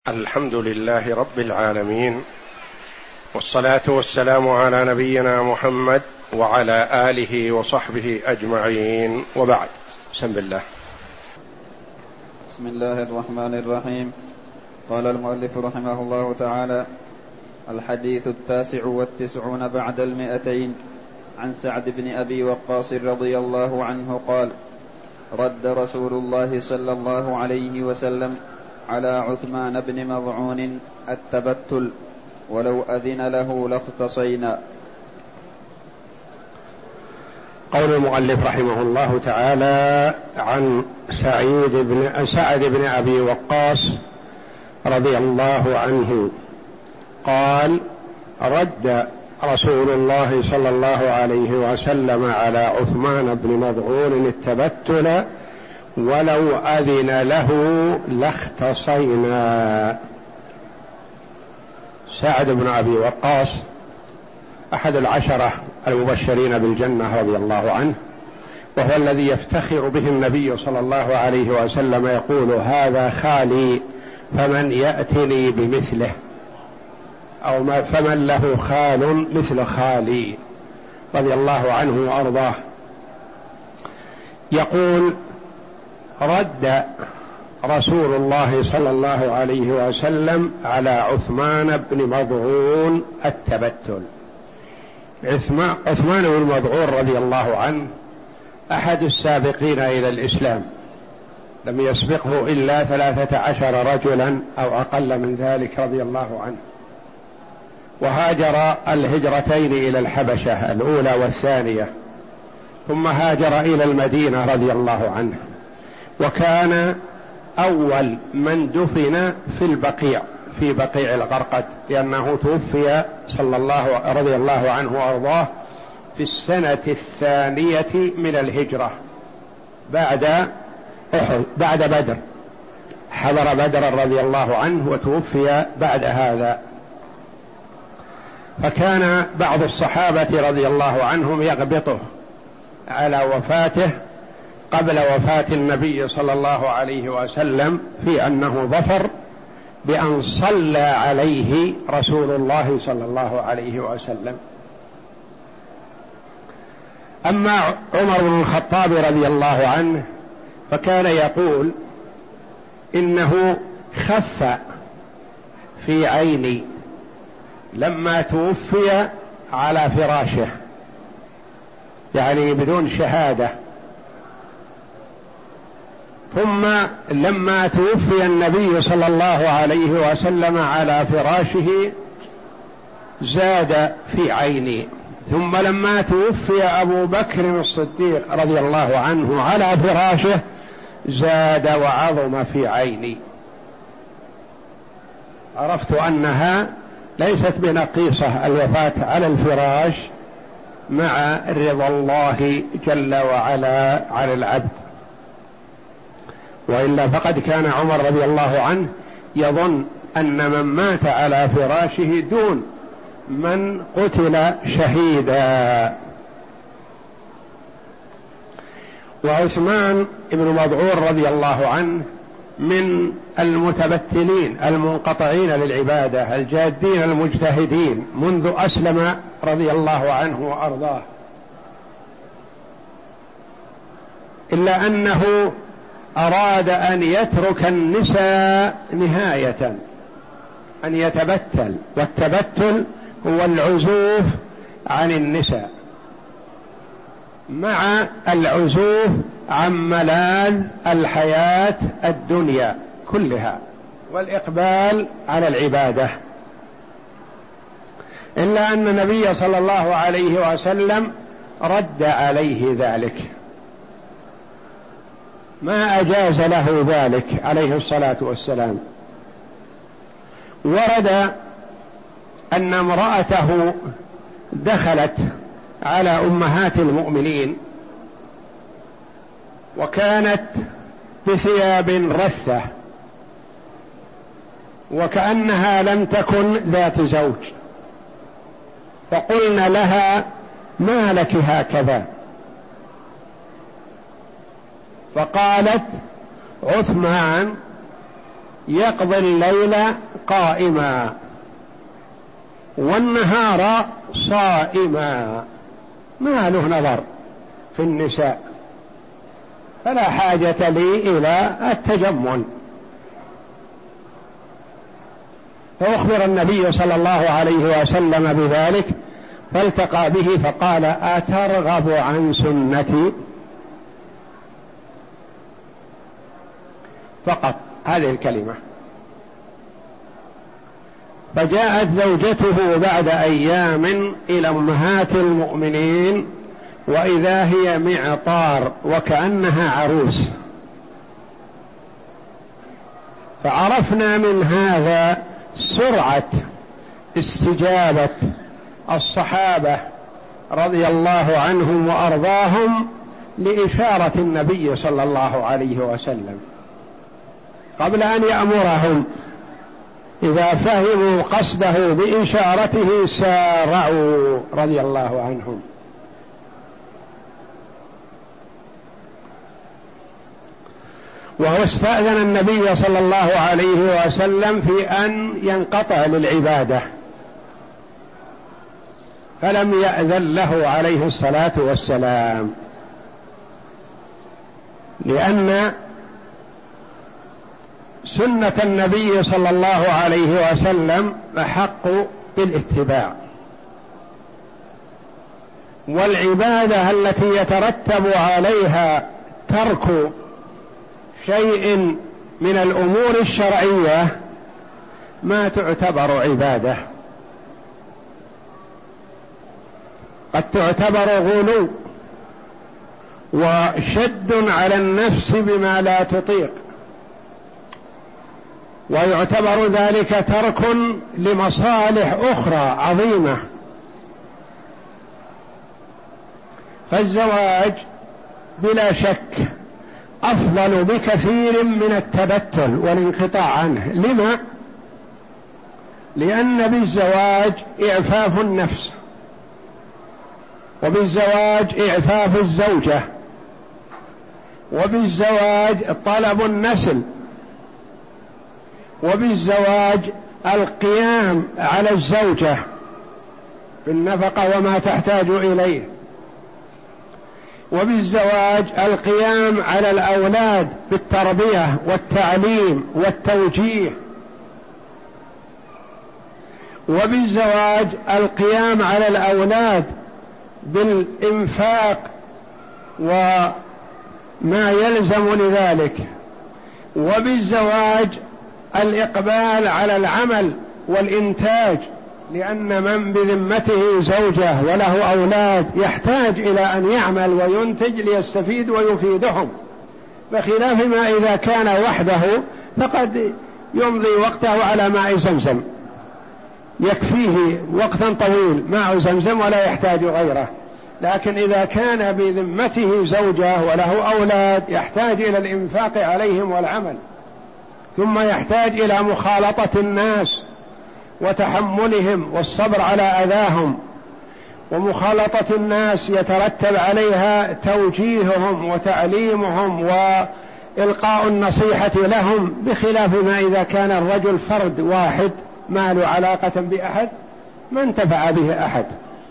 الحمد لله رب العالمين، والصلاة والسلام على نبينا محمد وعلى آله وصحبه أجمعين، وبعد. بسم الله. بسم الله الرحمن الرحيم. قال المؤلف رحمه الله تعالى: الحديث 89 بعد 200 عن سعد بن أبي وقاص رضي الله عنه قال: رد رسول الله صلى الله عليه وسلم على عثمان بن مظعون التبتل، ولو أذن له لاختصينا. قول المؤلف رحمه الله تعالى عن سعد بن أبي وقاص رضي الله عنه قال: رد رسول الله صلى الله عليه وسلم على عثمان بن مظعون التبتل، ولو أذن له لاختصينا. سعد بن أبي وقاص أحد العشرة المبشرين بالجنة رضي الله عنه، وهو الذي يفتخر به النبي صلى الله عليه وسلم، يقول: هذا خالي فمن يأتني بمثله، أو فمن له خال مثل خالي، رضي الله عنه وأرضاه. يقول: رد رسول الله صلى الله عليه وسلم على عثمان بن مظعون التبتل. عثمان بن مظعون رضي الله عنه أحد السابقين إلى الإسلام، لم يسبقه إلا 13 رجلا أو أقل من ذلك رضي الله عنه، وهاجر الهجرتين إلى الحبشة الأولى والثانية، ثم هاجر إلى المدينة رضي الله عنه، وكان أول من دفن في بقيع الغرقد، لأنه توفي رضي الله عنه وأرضاه في السنة 2 من الهجرة بعد بدر، حضر بدرا رضي الله عنه وتوفي بعد هذا. فكان بعض الصحابة رضي الله عنهم يغبطه على وفاته قبل وفاة النبي صلى الله عليه وسلم في أنه ظفر بأن صلى عليه رسول الله صلى الله عليه وسلم. أما عمر بن الخطاب رضي الله عنه فكان يقول: إنه خف في عيني لما توفي على فراشه، يعني بدون شهادة. ثم لما توفي النبي صلى الله عليه وسلم على فراشه زاد في عيني. ثم لما توفي أبو بكر الصديق رضي الله عنه على فراشه زاد وعظم في عيني. عرفت أنها ليست بنقيصة الوفاة على الفراش مع رضا الله جل وعلا على العبد، وإلا فقد كان عمر رضي الله عنه يظن أن من مات على فراشه دون من قتل شهيدا. وعثمان بن مظعون رضي الله عنه من المتبتلين المنقطعين للعبادة الجادين المجتهدين منذ أسلم رضي الله عنه وأرضاه، إلا أنه أراد أن يترك النساء نهاية، أن يتبتل، والتبتل هو العزوف عن النساء مع العزوف عن ملاذ الحياة الدنيا كلها والإقبال على العبادة. إلا أن النبي صلى الله عليه وسلم رد عليه ذلك، ما أجاز له ذلك عليه الصلاة والسلام. ورد أن امرأته دخلت على أمهات المؤمنين وكانت بثياب رثة وكأنها لم تكن ذات زوج، فقلنا لها: ما لك هكذا؟ فقالت: عثمان يقضي الليل قائما والنهار صائما، ما له نظر في النساء، فلا حاجة لي إلى التجمل. فأخبر النبي صلى الله عليه وسلم بذلك فالتقى به فقال: أترغب عن سنتي؟ فقط هذه الكلمة. فجاءت زوجته بعد أيام إلى أمهات المؤمنين وإذا هي معطار وكأنها عروس. فعرفنا من هذا سرعة استجابة الصحابة رضي الله عنهم وأرضاهم لإشارة النبي صلى الله عليه وسلم قبل أن يأمرهم، إذا فهموا قصده بإشارته سارعوا رضي الله عنهم. وهو استأذن النبي صلى الله عليه وسلم في أن ينقطع للعبادة، فلم يأذن له عليه الصلاة والسلام، لأن سنة النبي صلى الله عليه وسلم أحق بالاتباع، والعبادة التي يترتب عليها ترك شيء من الأمور الشرعية ما تعتبر عبادة، قد تعتبر غلو وشد على النفس بما لا تطيق، ويعتبر ذلك ترك لمصالح أخرى عظيمة. فالزواج بلا شك أفضل بكثير من التبتل والانقطاع عنه. لما؟ لأن بالزواج إعفاف النفس، وبالزواج إعفاف الزوجة، وبالزواج طلب النسل، وبالزواج القيام على الزوجة بالنفقة وما تحتاج إليه، وبالزواج القيام على الأولاد بالتربية والتعليم والتوجيه، وبالزواج القيام على الأولاد بالإنفاق وما يلزم لذلك، وبالزواج الإقبال على العمل والإنتاج، لأن من بذمته زوجة وله أولاد يحتاج إلى أن يعمل وينتج ليستفيد ويفيدهم، بخلاف ما إذا كان وحده فقد يمضي وقته على ماء زمزم، يكفيه وقتا طويل ماء زمزم ولا يحتاج غيره. لكن إذا كان بذمته زوجة وله أولاد يحتاج إلى الإنفاق عليهم والعمل، ثم يحتاج إلى مخالطة الناس وتحملهم والصبر على أذاهم، ومخالطة الناس يترتب عليها توجيههم وتعليمهم وإلقاء النصيحة لهم، بخلاف ما إذا كان الرجل فرد واحد ما له علاقة بأحد ما انتفع به أحد.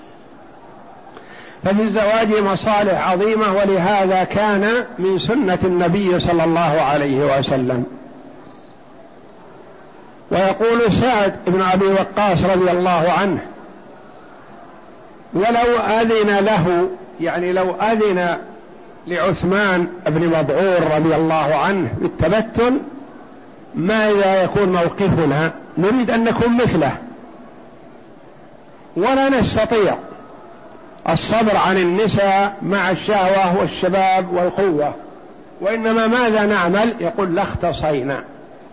ففي الزواج مصالح عظيمة، ولهذا كان من سنة النبي صلى الله عليه وسلم. ويقول سعد بن أبي وقاص رضي الله عنه: ولو أذن له، يعني لو أذن لعثمان بن مضعور رضي الله عنه بالتبتل ماذا يكون موقفنا؟ نريد أن نكون مثله، ولا نستطيع الصبر عن النساء مع الشهوة والشباب والقوة، وإنما ماذا نعمل؟ يقول: لاختصينا.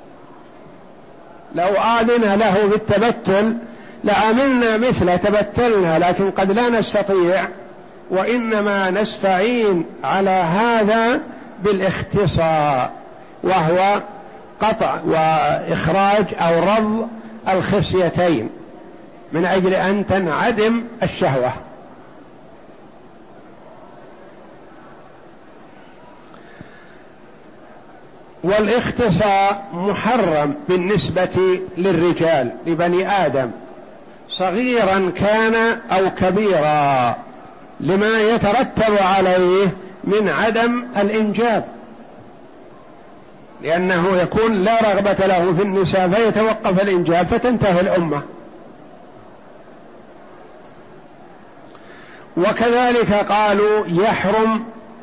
لو آذن له بالتبتل لعملنا مثله، تبتلنا، لكن قد لا نستطيع، وإنما نستعين على هذا بالاختصاء، وهو قطع وإخراج أو رض الخصيتين من أجل أن تنعدم الشهوة. والاختصاء محرم بالنسبة للرجال لبني آدم صغيرا كان أو كبيرا لما يترتب عليه من عدم الإنجاب، لأنه يكون لا رغبة له في النساء فيتوقف الإنجاب فتنتهي الأمة. وكذلك قالوا يحرم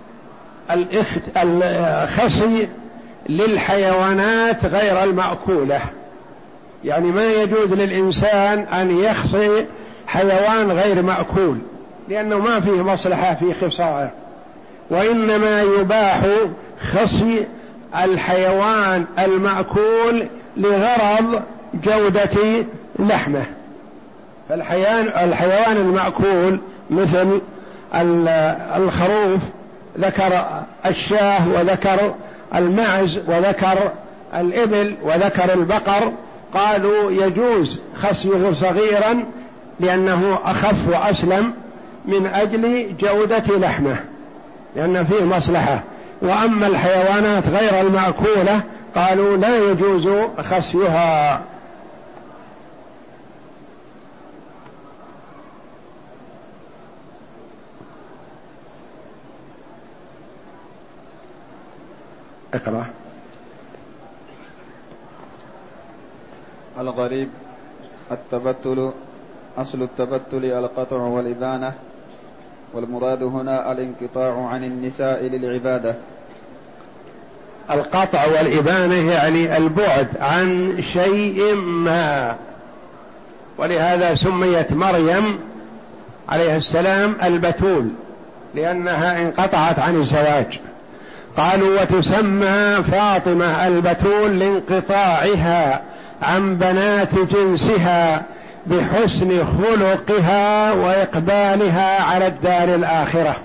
الخصي للحيوانات غير المأكولة، يعني ما يجوز للإنسان أن يخصي حيوان غير مأكول لأنه ما فيه مصلحة في خصائه، وإنما يباح خصي الحيوان المأكول لغرض جودة لحمه. فالحيوان المأكول مثل الخروف، ذكر الشاه وذكر المعز وذكر الإبل وذكر البقر، قالوا يجوز خصيه صغيرا لأنه أخف وأسلم من أجل جودة لحمه لأن فيه مصلحة. وأما الحيوانات غير المأكولة قالوا لا يجوز خصيها. اقرأ. الغريب التبتل. أصل التبتل القطع والإبانة، والمراد هنا الانقطاع عن النساء للعبادة. القطع والإبانة يعني البعد عن شيء ما، ولهذا سميت مريم عليه السلام البتول لأنها انقطعت عن الزواج. قالوا وتسمى فاطمة البتول لانقطاعها عن بنات جنسها بحسن خلقها وإقبالها على الدار الآخرة.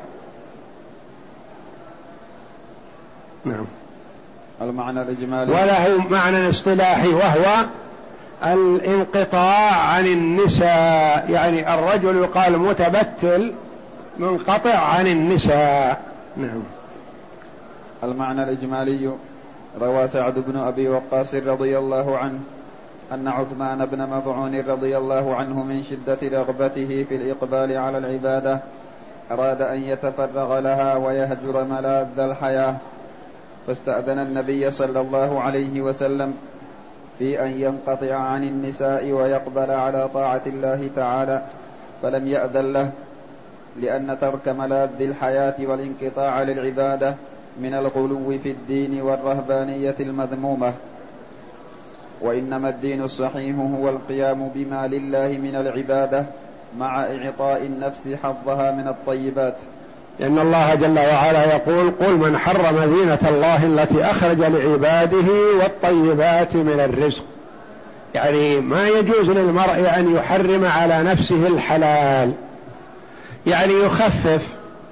نعم. المعنى الإجمالي وله معنى اصطلاحي وهو الانقطاع عن النساء، يعني الرجل يقال متبتل منقطع عن النساء. نعم. المعنى الإجمالي روى سعد بن أبي وقاص رضي الله عنه أن عثمان بن مظعون رضي الله عنه من شدة رغبته في الإقبال على العبادة أراد أن يتفرغ لها ويهجر ملاذ الحياة، فاستأذن النبي صلى الله عليه وسلم في أن ينقطع عن النساء ويقبل على طاعة الله تعالى، فلم يأذن له، لأن ترك ملاذ الحياة والانقطاع للعبادة من الغلو في الدين والرهبانية المذمومة، وإنما الدين الصحيح هو القيام بما لله من العبادة مع إعطاء النفس حظها من الطيبات. لأن الله جل وعلا يقول قل من حرم زينة الله التي أخرج لعباده والطيبات من الرزق، يعني ما يجوز للمرء أن يحرم على نفسه الحلال، يعني يخفف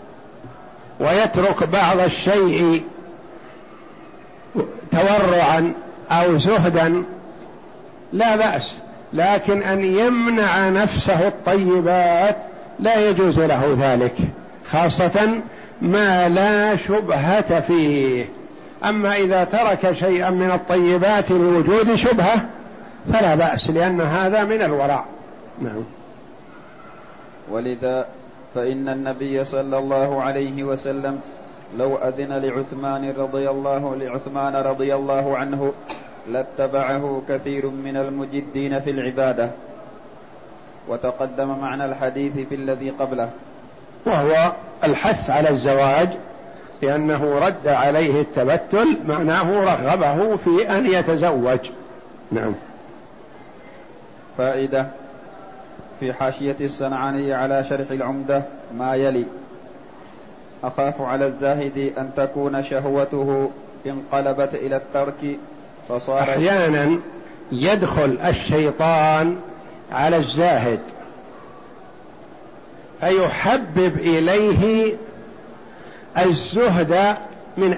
ويترك بعض الشيء تورعا أو زهدا لا بأس، لكن أن يمنع نفسه الطيبات لا يجوز له ذلك، خاصة ما لا شبهة فيه. أما إذا ترك شيئا من الطيبات لوجود شبهة فلا بأس، لأن هذا من الورع. نعم. ولذا فإن النبي صلى الله عليه وسلم لو أذن لعثمان رضي الله عنه لاتبعه كثير من المجدين في العبادة. وتقدم معنى الحديث في الذي قبله، وهو الحث على الزواج، لأنه رد عليه التبتل، معناه رغبه في أن يتزوج. نعم. فائدة في حاشية الصنعاني على شرح العمدة ما يلي: أخاف على الزاهد أن تكون شهوته انقلبت إلى الترك فصار. أحيانا يدخل الشيطان على الزاهد فيحبب إليه الزهد من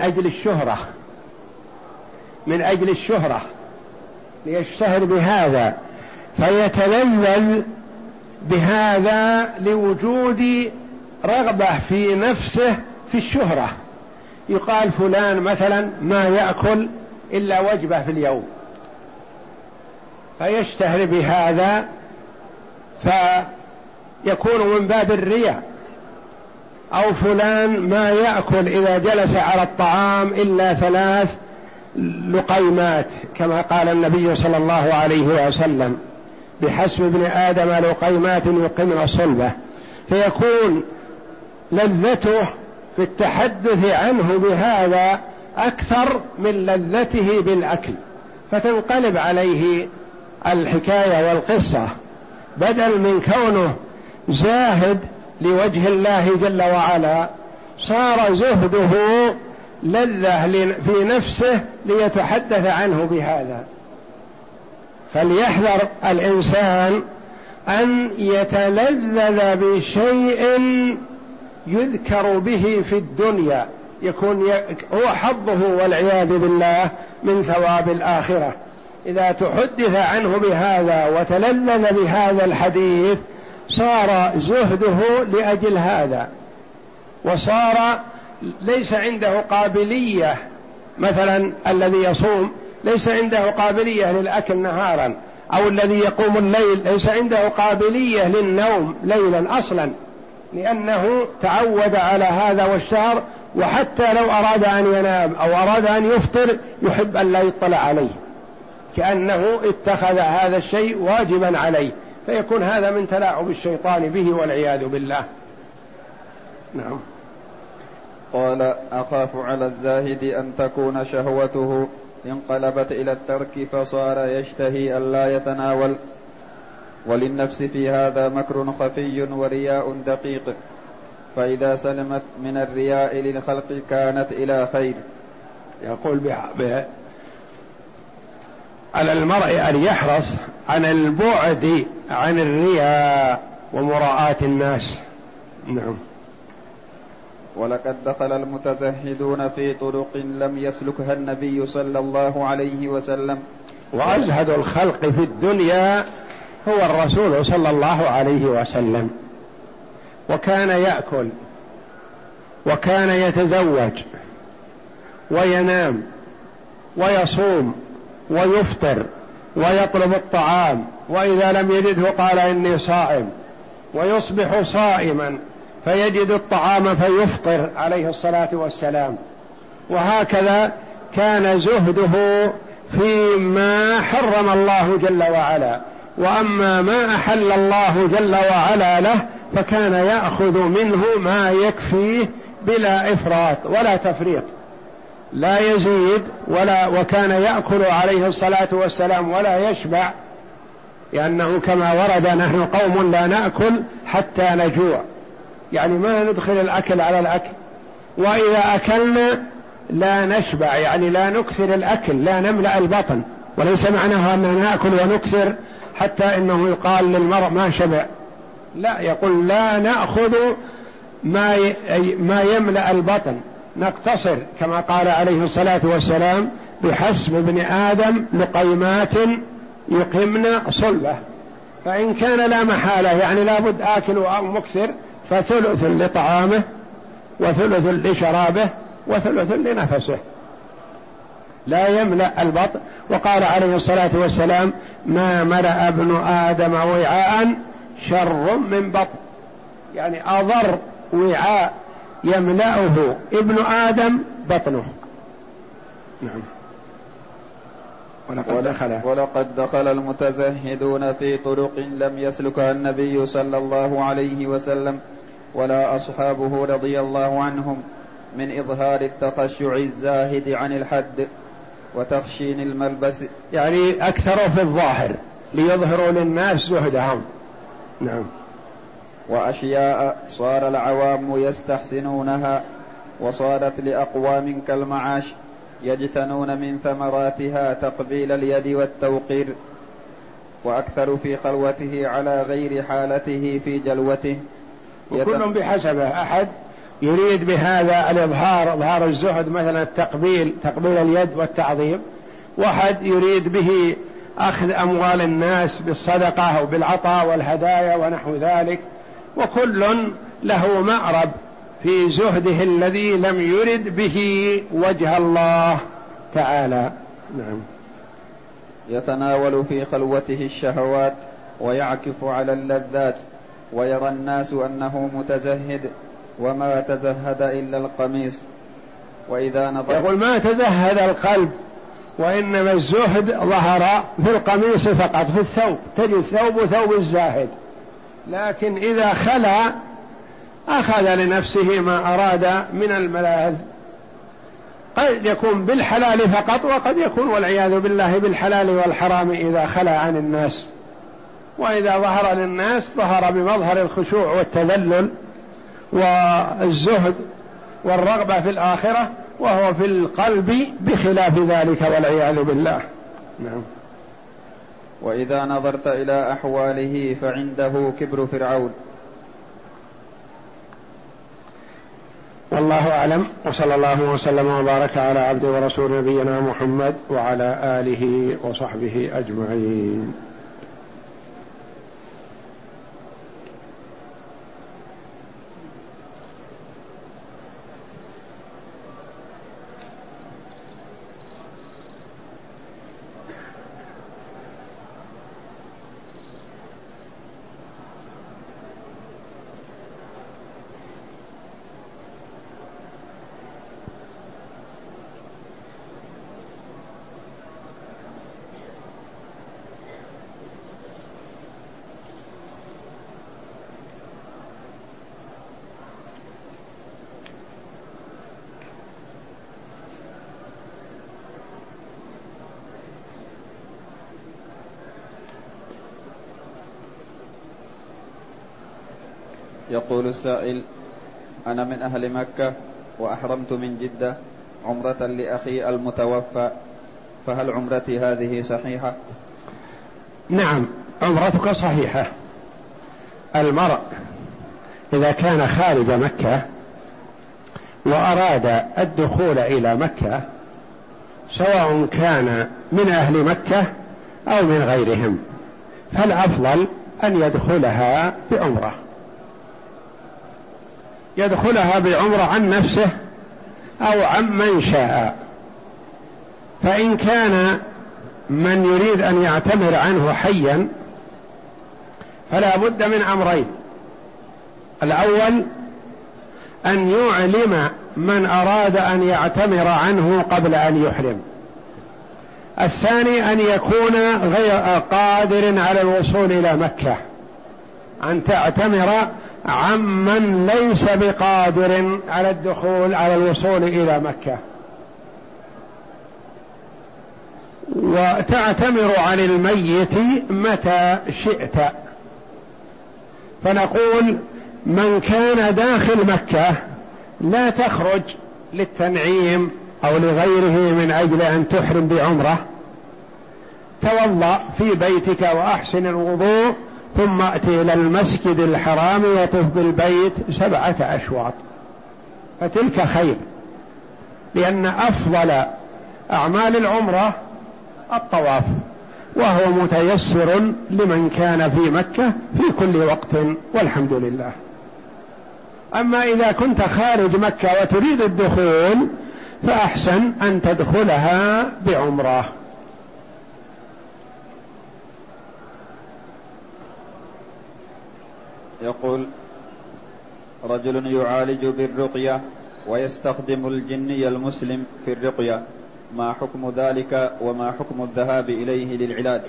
أجل الشهرة ليشتهر بهذا، فيتلذذ بهذا لوجود رغبة في نفسه في الشهرة. يقال فلان مثلا ما يأكل إلا وجبة في اليوم، فيشتهر بهذا فيكون من باب الرياء. أو فلان ما يأكل إذا جلس على الطعام إلا 3 لقيمات، كما قال النبي صلى الله عليه وسلم: بحسب ابن آدم لقيمات يقمن صلبه. فيكون لذته في التحدث عنه بهذا أكثر من لذته بالأكل، فتنقلب عليه الحكاية والقصة، بدل من كونه زاهد لوجه الله جل وعلا صار زهده لذة في نفسه ليتحدث عنه بهذا. فليحذر الإنسان أن يتلذذ بشيء يذكر به في الدنيا، يكون هو حظه والعياذ بالله من ثواب الآخرة. إذا تحدث عنه بهذا وتلذذ بهذا الحديث صار زهده لأجل هذا، وصار ليس عنده قابلية. مثلا الذي يصوم ليس عنده قابلية للأكل نهارا، أو الذي يقوم الليل ليس عنده قابلية للنوم ليلا أصلا، لأنه تعود على هذا والشهر، وحتى لو أراد أن ينام أو أراد أن يفطر يحب أن لا يطلع عليه، كأنه اتخذ هذا الشيء واجبا عليه، فيكون هذا من تلاعب الشيطان به والعياذ بالله. نعم. قال: أخاف على الزاهد أن تكون شهوته انقلبت إلى الترك فصار يشتهي ألا يتناول، وللنفس في هذا مكر خفي ورياء دقيق، فإذا سلمت من الرياء للخلق كانت إلى خير. يقول على المرء أن يحرص عن البعد عن الرياء ومراءاة الناس. نعم. ولقد دخل المتزهدون في طرق لم يسلكها النبي صلى الله عليه وسلم. وأزهد الخلق في الدنيا هو الرسول صلى الله عليه وسلم، وكان يأكل وكان يتزوج وينام ويصوم ويفطر ويطلب الطعام، وإذا لم يجده قال إني صائم، ويصبح صائما فيجد الطعام فيفطر عليه الصلاة والسلام. وهكذا كان زهده فيما حرم الله جل وعلا، وأما ما أحل الله جل وعلا له فكان يأخذ منه ما يكفيه بلا إفراط ولا تفريط، لا يزيد وكان يأكل عليه الصلاة والسلام ولا يشبع، لأنه كما ورد: نحن قوم لا نأكل حتى نجوع، يعني ما ندخل الأكل على الأكل، وإذا أكلنا لا نشبع، يعني لا نكثر الأكل، لا نملأ البطن. وليس معناه أننا نأكل ونكثر حتى إنه يقال للمرء ما شبع، لا، يقول لا نأخذ ما يملأ البطن، نقتصر كما قال عليه الصلاة والسلام: بحسب ابن آدم لقيمات يقمن صلبه. فإن كان لا محالة يعني لا بد آكل أو مكثر، فثلث لطعامه وثلث لشرابه وثلث لنفسه، لا يملأ البطن. وقال عليه الصلاة والسلام: ما ملأ ابن آدم وعاء شر من بطن، يعني أضر وعاء يملأه ابن آدم بطنه. نعم. ولقد دخل المتزهدون في طرق لم يسلكها النبي صلى الله عليه وسلم ولا أصحابه رضي الله عنهم، من إظهار التخشع الزاهد عن الحد وتخشين الملبس، يعني أكثروا في الظاهر ليظهروا للناس زهدهم. نعم. وأشياء صار العوام يستحسنونها، وصارت لأقوام كالمعاش يجتنون من ثمراتها تقبيل اليد والتوقير، وأكثر في خلوته على غير حالته في جلوته. وكل بحسبه، أحد يريد بهذا الإظهار، إظهار الزهد، مثلا تقبيل اليد والتعظيم، واحد يريد به أخذ أموال الناس بالصدقة أو بالعطاء والهدايا ونحو ذلك، وكل له مأرب في زهده الذي لم يرد به وجه الله تعالى. نعم. يتناول في خلوته الشهوات ويعكف على اللذات، ويرى الناس أنه متزهد وما تزهد إلا القميص. وإذا نظر يقول ما تزهد القلب، وإنما الزهد ظهر في القميص فقط، في الثوب، تجد الثوب ثوب الزاهد، لكن إذا خلا أخذ لنفسه ما أراد من الملاذ، قد يكون بالحلال فقط، وقد يكون والعياذ بالله بالحلال والحرام إذا خلا عن الناس. وإذا ظهر للناس ظهر بمظهر الخشوع والتذلل والزهد والرغبة في الآخرة، وهو في القلب بخلاف ذلك والعياذ بالله. نعم. وإذا نظرت إلى أحواله فعنده كبر فرعون. والله أعلم، وصلى الله وسلم وبارك على عبد ورسول نبينا محمد وعلى آله وصحبه أجمعين. يقول السائل: أنا من أهل مكة وأحرمت من جدة عمرة لأخي المتوفى، فهل عمرتي هذه صحيحة؟ نعم، عمرتك صحيحة. المرء إذا كان خارج مكة وأراد الدخول إلى مكة، سواء كان من أهل مكة أو من غيرهم، فالأفضل أن يدخلها بعمرة، يدخلها بعمرة عن نفسه أو عن من شاء. فإن كان من يريد أن يعتمر عنه حيا فلا بد من أمرين: الأول أن يعلم من أراد أن يعتمر عنه قبل أن يحرم، الثاني أن يكون غير قادر على الوصول إلى مكة، أن تعتمر عمن ليس بقادر على الدخول على الوصول إلى مكة، وتعتمر عن الميت متى شئت. فنقول من كان داخل مكة لا تخرج للتنعيم أو لغيره من أجل أن تحرم بعمرة، توضأ في بيتك وأحسن الوضوء، ثم أتي إلى المسجد الحرام وطف بالبيت 7 أشواط، فتلك خير، لأن أفضل أعمال العمرة الطواف، وهو متيسر لمن كان في مكة في كل وقت والحمد لله. أما إذا كنت خارج مكة وتريد الدخول فأحسن أن تدخلها بعمرة. يقول: رجل يعالج بالرقية ويستخدم الجني المسلم في الرقية، ما حكم ذلك وما حكم الذهاب إليه للعلاج؟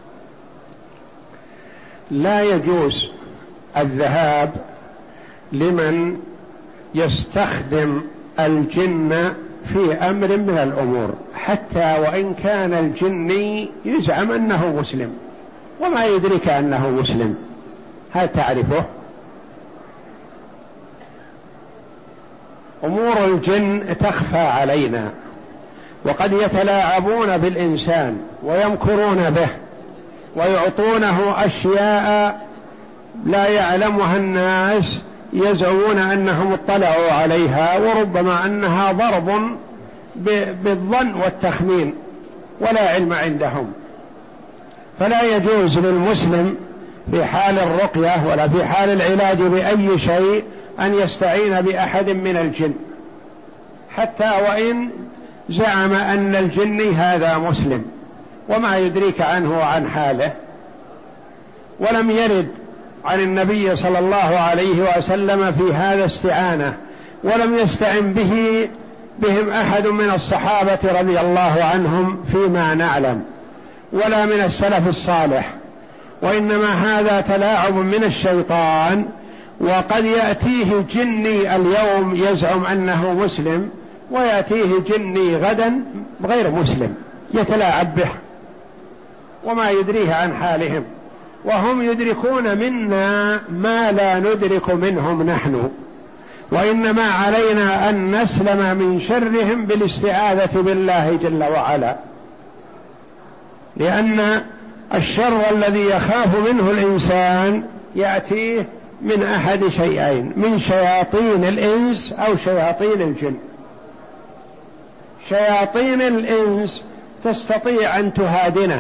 لا يجوز الذهاب لمن يستخدم الجن في أمر من الأمور، حتى وإن كان الجني يزعم أنه مسلم وما يدرك أنه مسلم، هل تعرفه؟ أمور الجن تخفى علينا، وقد يتلاعبون بالإنسان ويمكرون به ويعطونه أشياء لا يعلمها الناس، يزعمون أنهم اطلعوا عليها، وربما أنها ضرب بالظن والتخمين ولا علم عندهم. فلا يجوز للمسلم في حال الرقية ولا في حال العلاج بأي شيء أن يستعين بأحد من الجن، حتى وإن زعم أن الجني هذا مسلم وما يدريك عنه وعن حاله، ولم يرد عن النبي صلى الله عليه وسلم في هذا استعانة، ولم يستعن بهم أحد من الصحابة رضي الله عنهم فيما نعلم، ولا من السلف الصالح، وإنما هذا تلاعب من الشيطان. وقد يأتيه جني اليوم يزعم أنه مسلم، ويأتيه جني غدا غير مسلم يتلاعب به وما يدريه عن حالهم، وهم يدركون منا ما لا ندرك منهم نحن، وإنما علينا أن نسلم من شرهم بالاستعاذة بالله جل وعلا، لأن الشر الذي يخاف منه الإنسان يأتيه من أحد شيئين: من شياطين الإنس أو شياطين الجن. شياطين الإنس تستطيع أن تهادنه،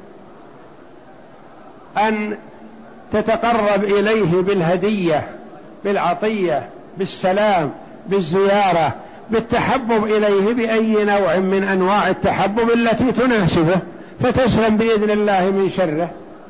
أن تتقرب إليه بالهدية، بالعطية، بالسلام، بالزيارة، بالتحبب إليه بأي نوع من أنواع التحبب التي تناسبه، فتسلم بإذن الله من شره.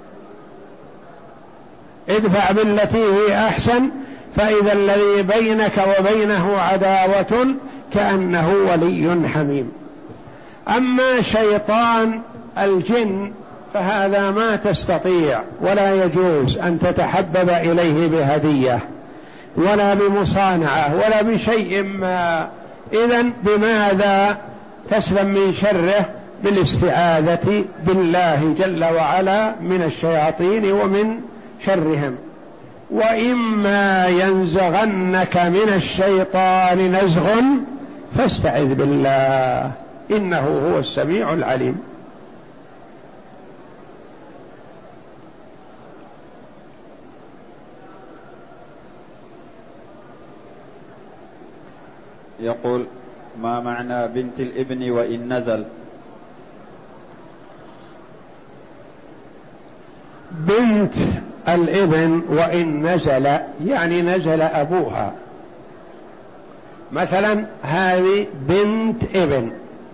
ادفع بالتي هي أحسن فإذا الذي بينك وبينه عداوة كأنه ولي حميم. أما شيطان الجن فهذا ما تستطيع ولا يجوز أن تتحبب إليه بهدية ولا بمصانعة ولا بشيء ما. إذن بماذا تسلم من شره؟ بالاستعاذة بالله جل وعلا من الشياطين ومن شرهم. وإما ينزغنك من الشيطان نزغ فاستعذ بالله إنه هو السميع العليم. يقول: ما معنى بنت الابن وإن نزل؟ بنت الابن وإن نزل يعني نزل أبوها. مثلا هذه بنت ابن،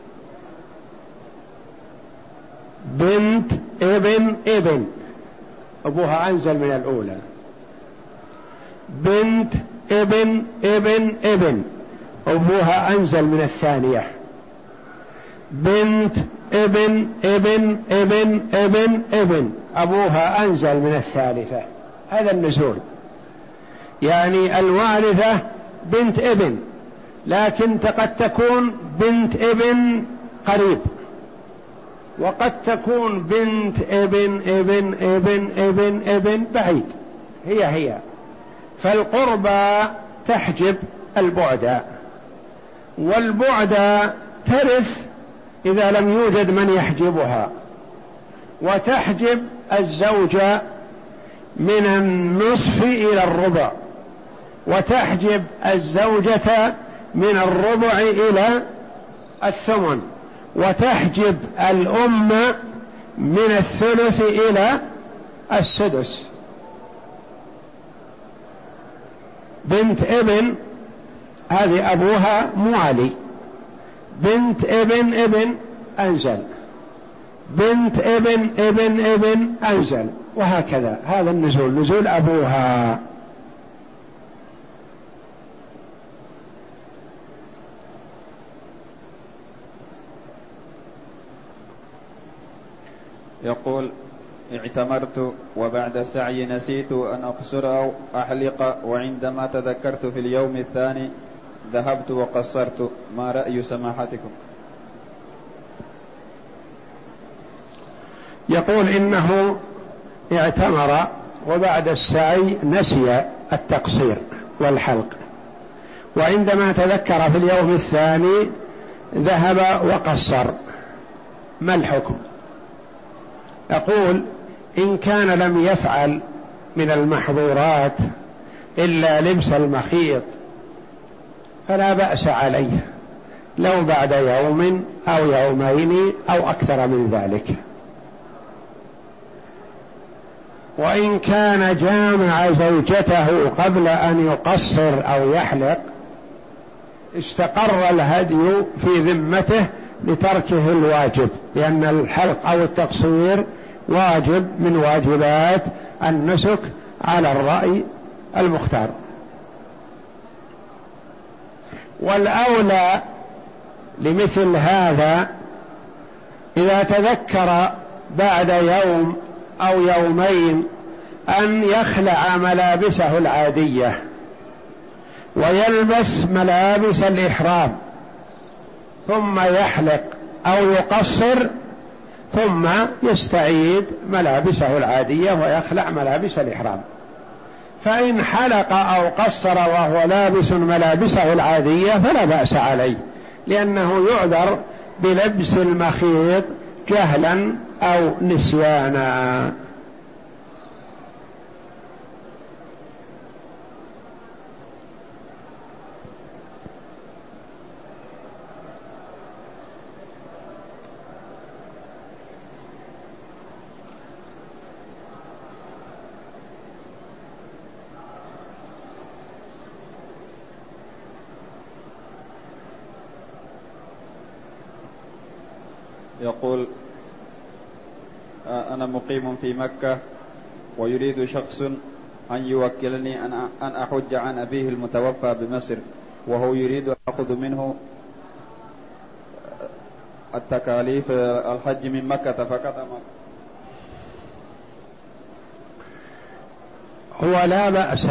بنت ابن أبوها أنزل من الأولى. بنت ابن أبوها أنزل من الثانية. بنت ابن أبوها أنزل من الثالثة. هذا النزول. يعني الوارثة بنت ابن، لكن قد تكون بنت ابن قريب، وقد تكون بنت ابن بعيد. هي فالقربى تحجب البعد، والبعد ترث إذا لم يوجد من يحجبها، وتحجب الزوجة من النصف إلى الربع، وتحجب الزوجة من الربع إلى الثمن، وتحجب الأم من الثلث إلى السدس. بنت ابن هذه أبوها موالي. بنت ابن أنزل، بنت ابن أنزل، وهكذا. هذا النزول نزول أبوها. يقول: اعتمرت وبعد السعي نسيت أن أقصر أو أحلق، وعندما تذكرت في اليوم الثاني ذهبت وقصرت، ما رأي سماحتكم؟ يقول إنه اعتمر وبعد السعي نسي التقصير والحلق، وعندما تذكر في اليوم الثاني ذهب وقصر، ما الحكم؟ يقول: إن كان لم يفعل من المحظورات إلا لبس المخيط فلا بأس عليه، لو بعد يوم أو يومين أو أكثر من ذلك. وإن كان جامع زوجته قبل أن يقصر أو يحلق استقر الهدي في ذمته لتركه الواجب، لأن الحلق أو التقصير واجب من واجبات النسك على الرأي المختار. والأولى لمثل هذا إذا تذكر بعد يوم أو يومين أن يخلع ملابسه العادية ويلبس ملابس الإحرام، ثم يحلق أو يقصر، ثم يستعيد ملابسه العادية ويخلع ملابس الإحرام. فإن حلق أو قصر وهو لابس ملابسه العادية فلا بأس عليه، لأنه يعذر بلبس المخيط جهلا أو نسيانا. يقول: أنا مقيم في مكة ويريد شخص أن يوكلني أن أحج عن أبيه المتوفى بمصر، وهو يريد أن أخذ منه التكاليف الحج من مكة فقط. هو لا بأس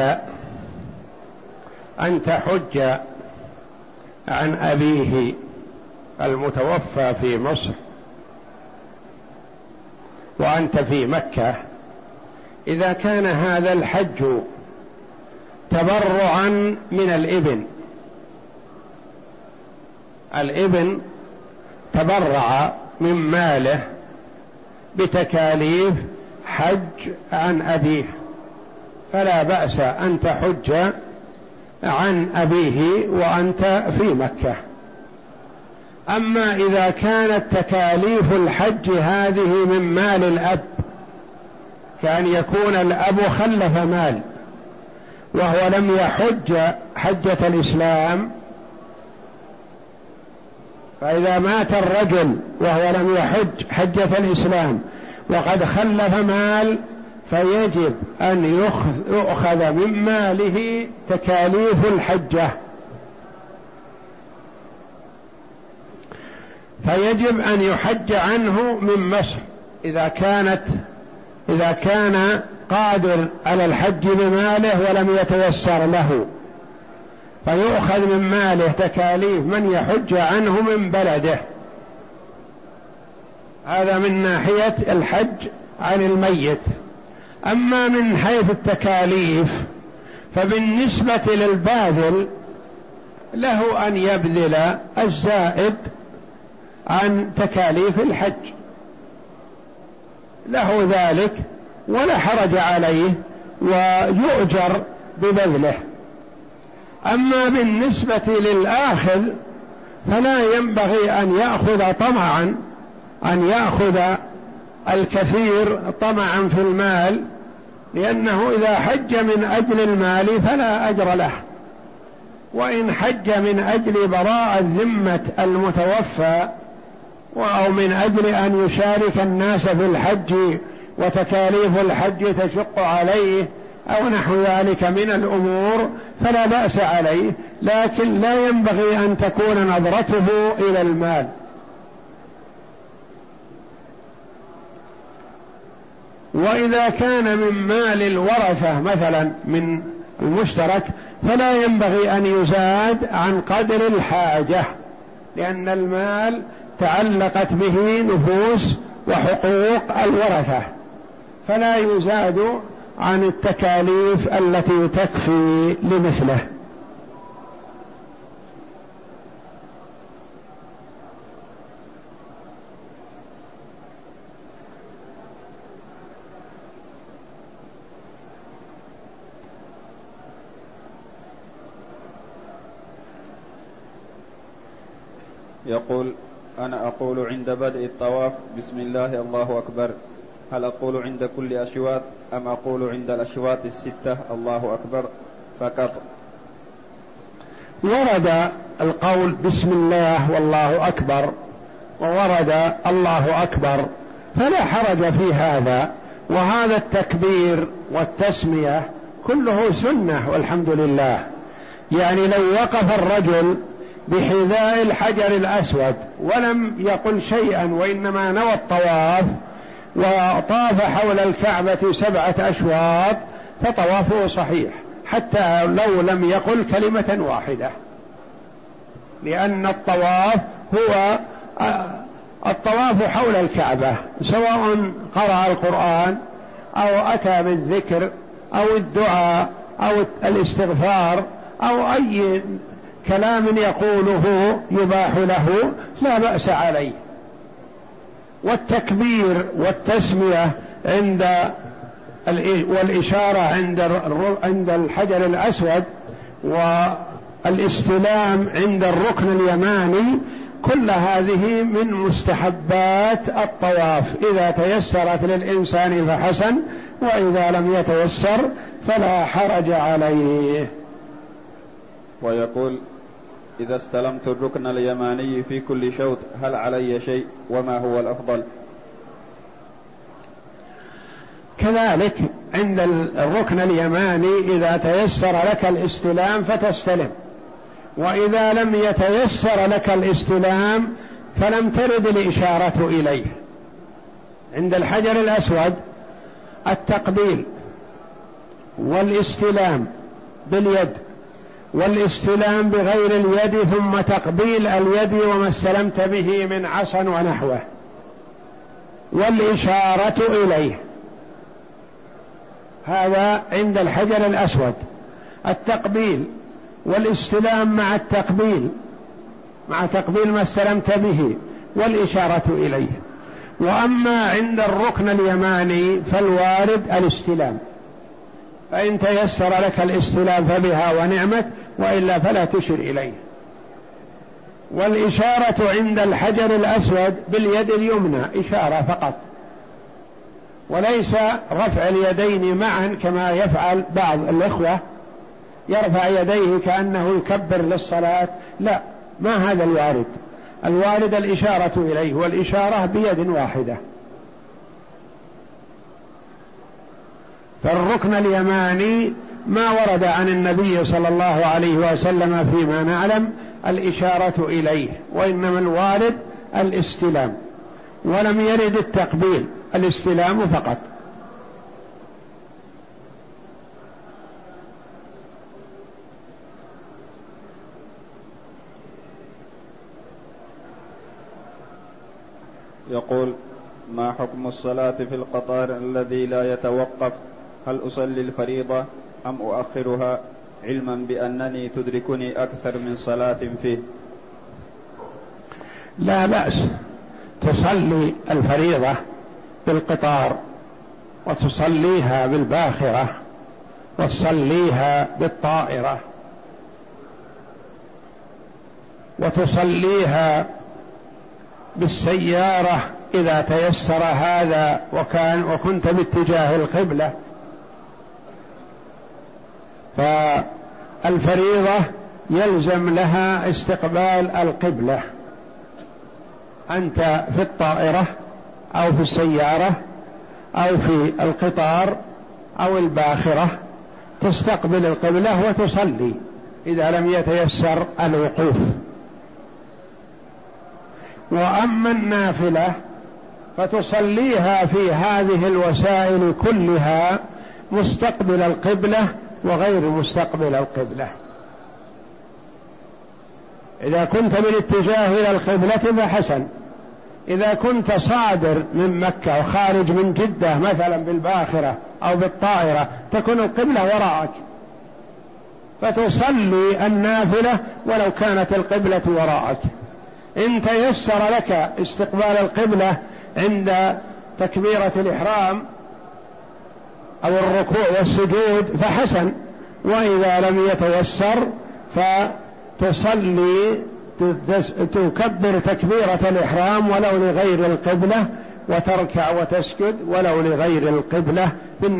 أن تحج عن أبيه المتوفى في مصر وأنت في مكة، إذا كان هذا الحج تبرعا من الابن تبرع من ماله بتكاليف حج عن أبيه، فلا بأس أن تحج عن أبيه وأنت في مكة. أما إذا كانت تكاليف الحج هذه من مال الأب، كان يكون الأب خلف مال وهو لم يحج حجة الإسلام، فإذا مات الرجل وهو لم يحج حجة الإسلام وقد خلف مال فيجب أن يؤخذ من ماله تكاليف الحجة، فيجب أن يحج عنه من مصر إذا كان قادر على الحج بماله ولم يتيسر له، فيؤخذ من ماله تكاليف من يحج عنه من بلده. هذا من ناحية الحج عن الميت. أما من حيث التكاليف فبالنسبة للباذل له أن يبذل الزائد عن تكاليف الحج، له ذلك ولا حرج عليه ويؤجر ببذله. أما بالنسبة للآخذ فلا ينبغي أن يأخذ طمعا، أن يأخذ الكثير طمعا في المال، لأنه إذا حج من أجل المال فلا أجر له، وإن حج من أجل براءة ذمة المتوفى أو من أجل أن يشارك الناس في الحج وتكاليف الحج تشق عليه أو نحو ذلك من الأمور فلا بأس عليه، لكن لا ينبغي أن تكون نظرته إلى المال. وإذا كان من مال الورثة مثلا من المشترك فلا ينبغي أن يزاد عن قدر الحاجة، لأن المال تعلقت به نفوس وحقوق الورثة، فلا يزاد عن التكاليف التي تكفي لمثله. يقول: أنا أقول عند بدء الطواف بسم الله الله أكبر، هل أقول عند كل أشواط أم أقول عند الأشواط 6 الله أكبر فقط؟ ورد القول بسم الله والله أكبر، وورد الله أكبر، فلا حرج في هذا. وهذا التكبير والتسمية كله سنة والحمد لله. يعني لو وقف الرجل بحذاء الحجر الأسود ولم يقل شيئا وإنما نوى الطواف وطاف حول الكعبة 7 أشواط فطوافه صحيح، حتى لو لم يقل كلمة واحدة، لأن الطواف هو الطواف حول الكعبة، سواء قرأ القرآن أو أتى بالذكر أو الدعاء أو الاستغفار أو أي كلام يقوله يباح له لا بأس عليه. والتكبير والتسمية والإشارة عند الحجر الأسود والاستلام عند الركن اليماني، كل هذه من مستحبات الطواف، إذا تيسرت للإنسان فحسن، وإذا لم يتيسر فلا حرج عليه. ويقول: إذا استلمت الركن اليماني في كل شوط هل علي شيء، وما هو الأفضل؟ كذلك عند الركن اليماني إذا تيسر لك الاستلام فتستلم، وإذا لم يتيسر لك الاستلام فلم ترد الإشارة إليه. عند الحجر الأسود التقبيل والاستلام باليد والاستلام بغير اليد، ثم تقبيل اليد وما استلمت به من عصا ونحوه، والإشارة إليه، هذا عند الحجر الأسود. التقبيل والاستلام مع التقبيل، مع تقبيل ما استلمت به والإشارة إليه. وأما عند الركن اليماني فالوارد الاستلام، فإن تيسر لك الاستلام فبها ونعمت، وإلا فلا تشر إليه. والإشارة عند الحجر الأسود باليد اليمنى إشارة فقط، وليس رفع اليدين معا كما يفعل بعض الإخوة، يرفع يديه كأنه يكبر للصلاة، لا، ما هذا الوارد. الوارد الإشارة إليه، والإشارة بيد واحدة. فالركن اليماني ما ورد عن النبي صلى الله عليه وسلم فيما نعلم الإشارة إليه، وإنما الوارد الاستلام، ولم يرد التقبيل، الاستلام فقط. يقول: ما حكم الصلاة في القطار الذي لا يتوقف؟ هل أصلي الفريضة أم أؤخرها، علما بأنني تدركني أكثر من صلاة فيه؟ لا بأس، تصلي الفريضة بالقطار، وتصليها بالباخرة، وتصليها بالطائرة، وتصليها بالسيارة إذا تيسر هذا وكنت باتجاه القبلة. فالفريضة يلزم لها استقبال القبلة، أنت في الطائرة أو في السيارة أو في القطار أو الباخرة تستقبل القبلة وتصلي إذا لم يتيسر الوقوف. وأما النافلة فتصليها في هذه الوسائل كلها مستقبل القبلة وغير مستقبل القبلة. إذا كنت بالاتجاه إلى القبلة فحسن، إذا كنت صادر من مكة وخارج من جدة مثلا بالباخرة أو بالطائرة تكون القبلة وراءك، فتصلي النافلة ولو كانت القبلة وراءك. إن تيسر لك استقبال القبلة عند تكبيرة الإحرام أو الركوع والسجود فحسن، وإذا لم يتيسر فتصلي تكبر تكبيرة الإحرام ولو لغير القبلة، وتركع وتسجد ولو لغير القبلة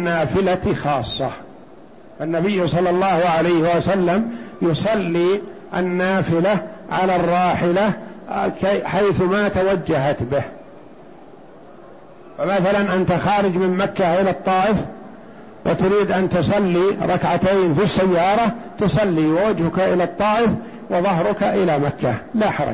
بالنافلة خاصة. النبي صلى الله عليه وسلم يصلي النافلة على الراحلة حيث ما توجهت به. فمثلا أنت خارج من مكة إلى الطائف وتريد أن تصلي ركعتين في السيارة، تصلي ووجهك إلى الطائف وظهرك إلى مكة لا حرج.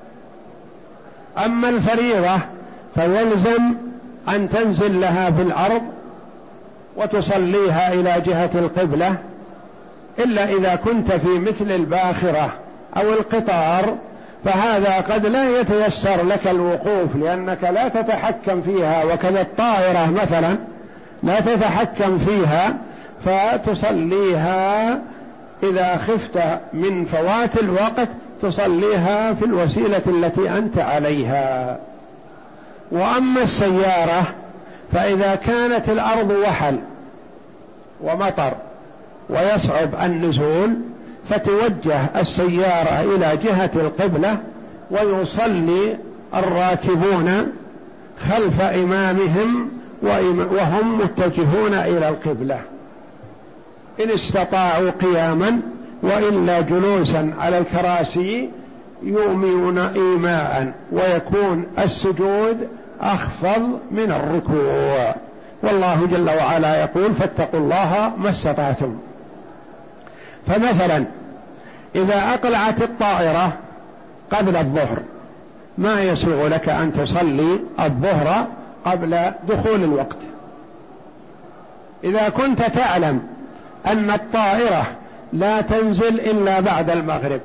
أما الفريضة فيلزم أن تنزل لها في الأرض وتصليها إلى جهة القبلة، إلا إذا كنت في مثل الباخرة أو القطار، فهذا قد لا يتيسر لك الوقوف لأنك لا تتحكم فيها، وكذا الطائرة مثلا لا تتحكم فيها، فتصليها إذا خفت من فوات الوقت تصليها في الوسيلة التي أنت عليها. وأما السيارة فإذا كانت الأرض وحل ومطر ويصعب النزول فتوجه السيارة إلى جهة القبلة ويصلي الراكبون خلف إمامهم وهم متجهون إلى القبلة إن استطاعوا قياما، وإلا جلوسا على الكراسي يؤمنون إيماء، ويكون السجود أخفض من الركوع. والله جل وعلا يقول فاتقوا الله ما استطعتم. فمثلا إذا أقلعت الطائرة قبل الظهر ما يسوغ لك أن تصلي الظهر قبل دخول الوقت. إذا كنت تعلم أن الطائرة لا تنزل إلا بعد المغرب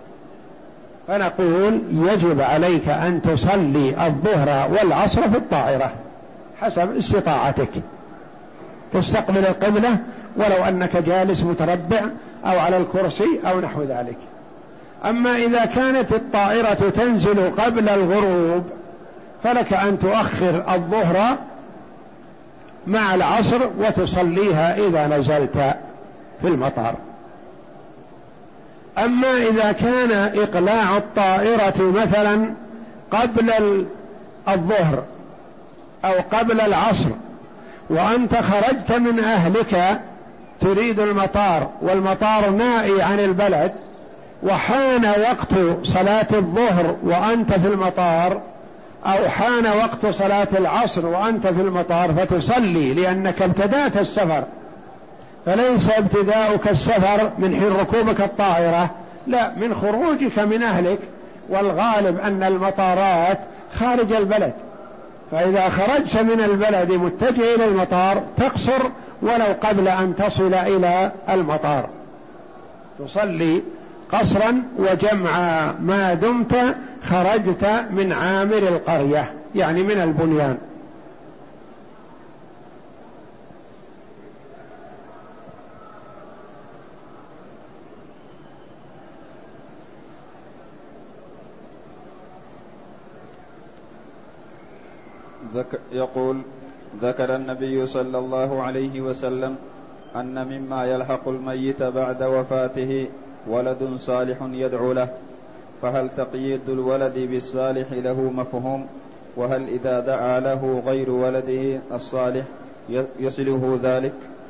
فنقول يجب عليك أن تصلي الظهر والعصر في الطائرة حسب استطاعتك، تستقبل القبلة ولو أنك جالس متربع أو على الكرسي أو نحو ذلك. أما إذا كانت الطائرة تنزل قبل الغروب فلك أن تؤخر الظهر مع العصر وتصليها إذا نزلت في المطار. أما إذا كان إقلاع الطائرة مثلا قبل الظهر أو قبل العصر وأنت خرجت من أهلك تريد المطار والمطار نائي عن البلد وحان وقت صلاة الظهر وأنت في المطار، أو حان وقت صلاة العصر وأنت في المطار، فتصلي لأنك ابتدأت السفر، فليس ابتداؤك السفر من حين ركوبك الطائرة، لا، من خروجك من أهلك، والغالب أن المطارات خارج البلد، فإذا خرجت من البلد متجه إلى المطار تقصر ولو قبل أن تصل إلى المطار، تصلي قصرا وجمعا ما دمت خرجت من عامر القرية يعني من البنيان. يقول ذكر النبي صلى الله عليه وسلم أن مما يلحق الميت بعد وفاته ولد صالح يدعو له، فهل تقييد الولد بالصالح له مفهوم؟ وهل إذا دعا له غير ولده الصالح يصله ذلك؟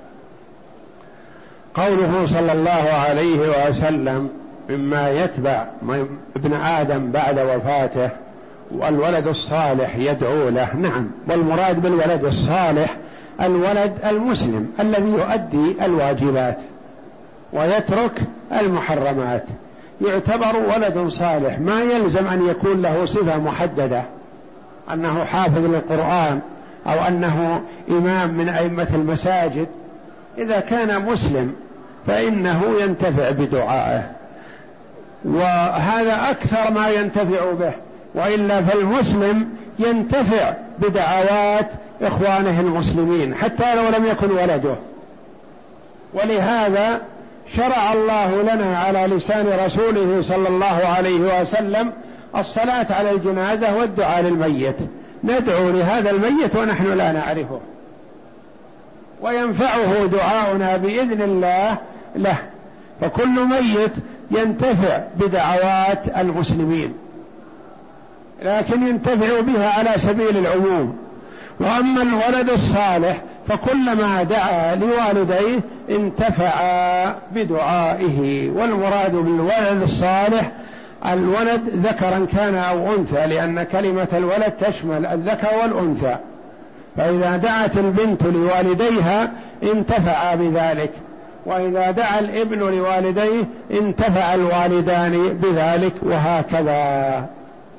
قوله صلى الله عليه وسلم مما يتبع ابن آدم بعد وفاته والولد الصالح يدعو له، نعم، والمراد بالولد الصالح الولد المسلم الذي يؤدي الواجبات ويترك المحرمات، يعتبر ولد صالح، ما يلزم أن يكون له صفة محددة أنه حافظ للقرآن أو أنه إمام من أئمة المساجد. إذا كان مسلم فإنه ينتفع بدعائه، وهذا أكثر ما ينتفع به، وإلا فالمسلم ينتفع بدعوات إخوانه المسلمين حتى لو لم يكن ولده. ولهذا شرع الله لنا على لسان رسوله صلى الله عليه وسلم الصلاة على الجنازة والدعاء للميت، ندعو لهذا الميت ونحن لا نعرفه، وينفعه دعاؤنا بإذن الله له، فكل ميت ينتفع بدعوات المسلمين لكن ينتفع بها على سبيل العموم. وأما الولد الصالح فكلما دعا لوالديه انتفعا بدعائه. والمراد بالولد الصالح الولد ذكرا كان أو أنثى، لأن كلمة الولد تشمل الذكر والأنثى، فإذا دعت البنت لوالديها انتفع بذلك، وإذا دعا الابن لوالديه انتفع الوالدان بذلك، وهكذا.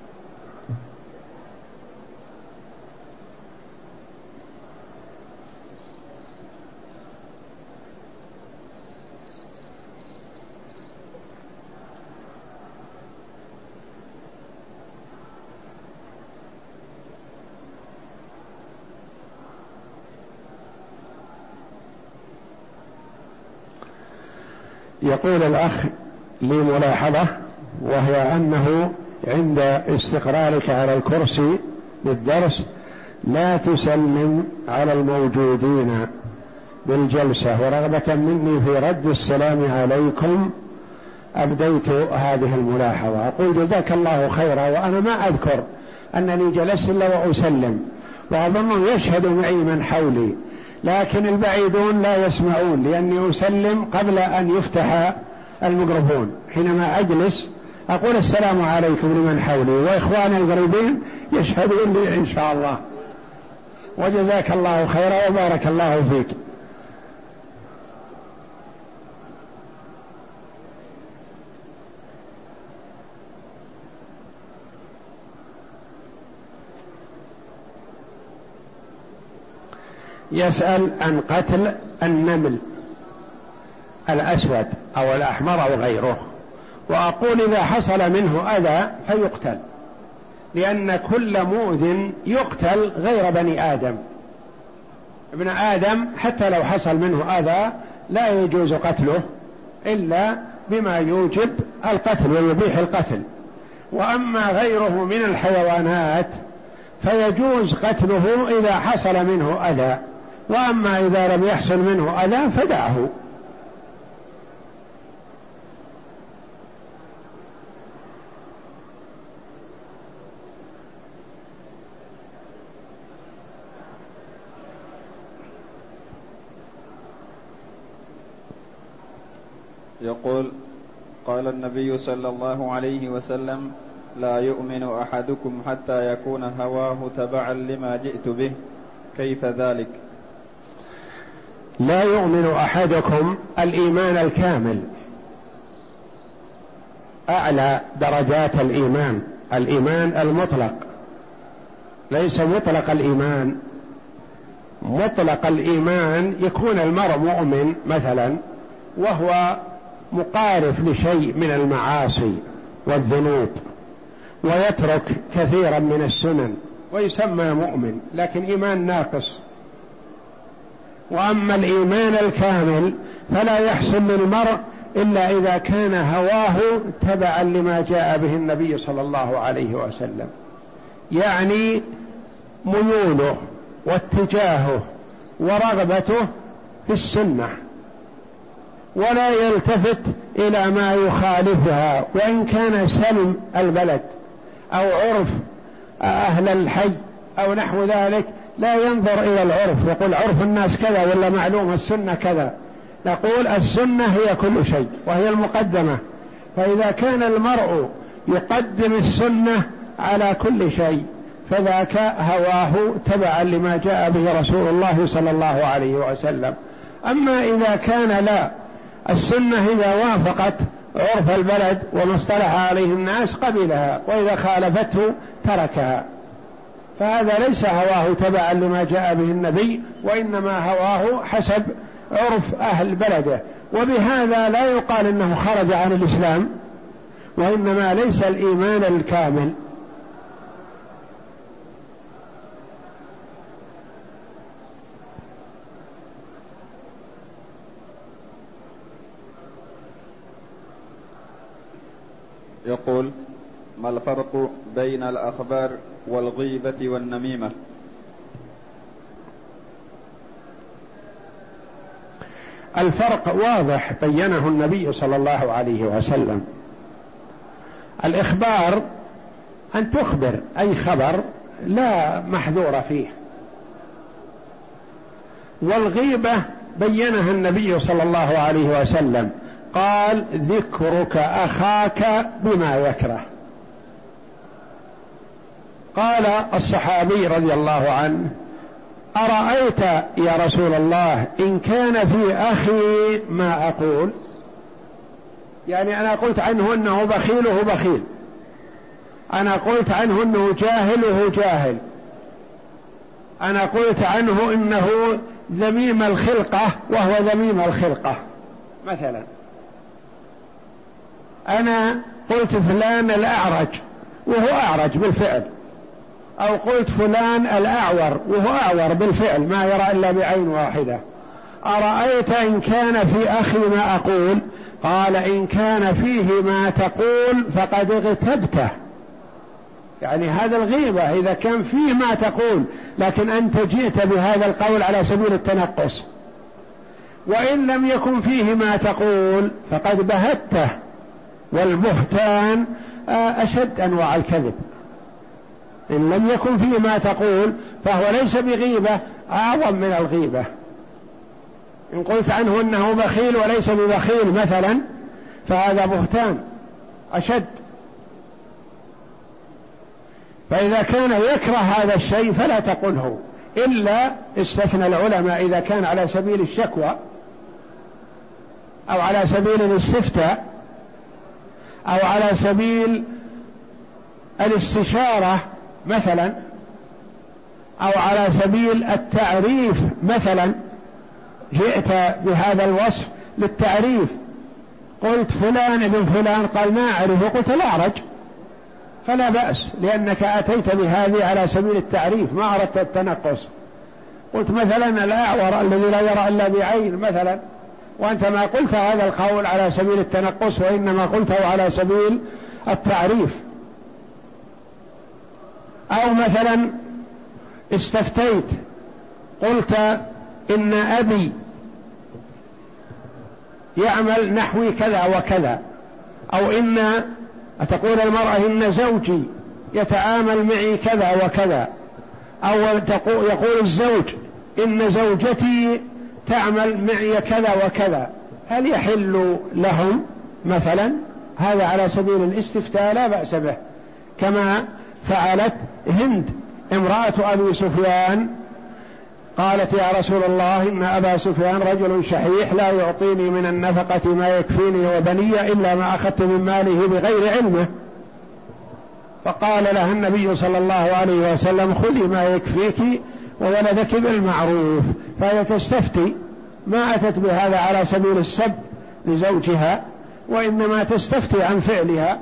يقول الأخ لي ملاحظة، وهي أنه عند استقرارك على الكرسي للدرس لا تسلم على الموجودين بالجلسة، ورغبة مني في رد السلام عليكم أبديت هذه الملاحظة. أقول جزاك الله خيرا، وأنا ما أذكر أنني جلست إلا وأسلم، وأظن يشهد معي من حولي، لكن البعيدون لا يسمعون، لأني أسلم قبل أن يفتح الميكروفون. حينما أجلس أقول السلام عليكم لمن حولي، وإخواني القريبين يشهدون لي إن شاء الله. وجزاك الله خيرا وبارك الله فيك. يسأل عن قتل النمل الأسود أو الأحمر أو غيره، وأقول إذا حصل منه أذى فيقتل، لأن كل مؤذ يقتل غير بني آدم. ابن آدم حتى لو حصل منه أذى لا يجوز قتله إلا بما يوجب القتل ويبيح القتل. وأما غيره من الحيوانات فيجوز قتله إذا حصل منه أذى، وأما إذا لم يحصل منه أذى فدعه. يقول: قال النبي صلى الله عليه وسلم: لا يؤمن أحدكم حتى يكون هواه تبعا لما جئت به، كيف ذلك؟ لا يؤمن أحدكم الإيمان الكامل، أعلى درجات الإيمان، الإيمان المطلق، ليس مطلق الإيمان. مطلق الإيمان يكون المرء مؤمن مثلا وهو مقارف لشيء من المعاصي والذنوب ويترك كثيرا من السنن ويسمى مؤمن، لكن إيمان ناقص. وأما الإيمان الكامل فلا يحصل للمرء إلا إذا كان هواه تبعا لما جاء به النبي صلى الله عليه وسلم، يعني ميوله واتجاهه ورغبته في السنة، ولا يلتفت إلى ما يخالفها، وإن كان سلم البلد أو عرف أهل الحي أو نحو ذلك، لا ينظر إلى العرف يقول عرف الناس كذا ولا معلوم السنة كذا. نقول السنة هي كل شيء وهي المقدمة، فإذا كان المرء يقدم السنة على كل شيء فذاك هواه تبعا لما جاء به رسول الله صلى الله عليه وسلم. أما إذا كان لا، السنة إذا وافقت عرف البلد وما اصطلح عليه الناس قبلها، وإذا خالفته تركها، فهذا ليس هواه تبعا لما جاء به النبي، وإنما هواه حسب عرف أهل بلده. وبهذا لا يقال إنه خرج عن الإسلام، وإنما ليس الإيمان الكامل. يقول: ما الفرق بين الأخبار والغيبة والنميمة؟ الفرق واضح بينه النبي صلى الله عليه وسلم. الإخبار أن تخبر أي خبر لا محذور فيه، والغيبة بينها النبي صلى الله عليه وسلم، قال ذكرك أخاك بما يكره. قال الصحابي رضي الله عنه أرأيت يا رسول الله إن كان في أخي ما أقول، يعني أنا قلت عنه أنه بخيل وهو بخيل، أنا قلت عنه أنه جاهل وهو جاهل، أنا قلت عنه إنه ذميم الخلقة وهو ذميم الخلقة مثلا، أنا قلت فلان الأعرج وهو أعرج بالفعل، أو قلت فلان الأعور وهو أعور بالفعل ما يرى إلا بعين واحدة، أرأيت إن كان في أخي ما أقول؟ قال إن كان فيه ما تقول فقد اغتبته، يعني هذا الغيبة إذا كان فيه ما تقول، لكن أنت جئت بهذا القول على سبيل التنقص. وإن لم يكن فيه ما تقول فقد بهته، والبهتان أشد أنواع الكذب. إن لم يكن فيه ما تقول فهو ليس بغيبة، أعظم من الغيبة. إن قلت عنه أنه بخيل وليس ببخيل مثلا فهذا بهتان أشد. فإذا كان يكره هذا الشيء فلا تقله، إلا استثنى العلماء إذا كان على سبيل الشكوى أو على سبيل الاستفتاء أو على سبيل الاستشارة مثلا، أو على سبيل التعريف مثلا، جئت بهذا الوصف للتعريف، قلت فلان ابن فلان، قال ما أعرفه، قلت الأعرج، فلا بأس لأنك أتيت بهذه على سبيل التعريف ما أردت التنقص. قلت مثلا الأعور الذي لا يرى إلا بعين مثلا، وأنت ما قلت هذا القول على سبيل التنقص وإنما قلته على سبيل التعريف. أو مثلا استفتيت قلت إن أبي يعمل نحوي كذا وكذا، أو إن تقول المرأة إن زوجي يتعامل معي كذا وكذا، أو يقول الزوج إن زوجتي تعمل معي كذا وكذا، هل يحل لهم مثلا؟ هذا على سبيل الاستفتاء لا بأس به، كما فعلت هند امرأة أبي سفيان، قالت يا رسول الله إن أبا سفيان رجل شحيح لا يعطيني من النفقة ما يكفيني وبني إلا ما أخذت من ماله بغير علمه، فقال لها النبي صلى الله عليه وسلم خذي ما يكفيك وولدك بالمعروف. فهي تستفتي، ما أتت بهذا على سبيل السب لزوجها، وإنما تستفتي عن فعلها.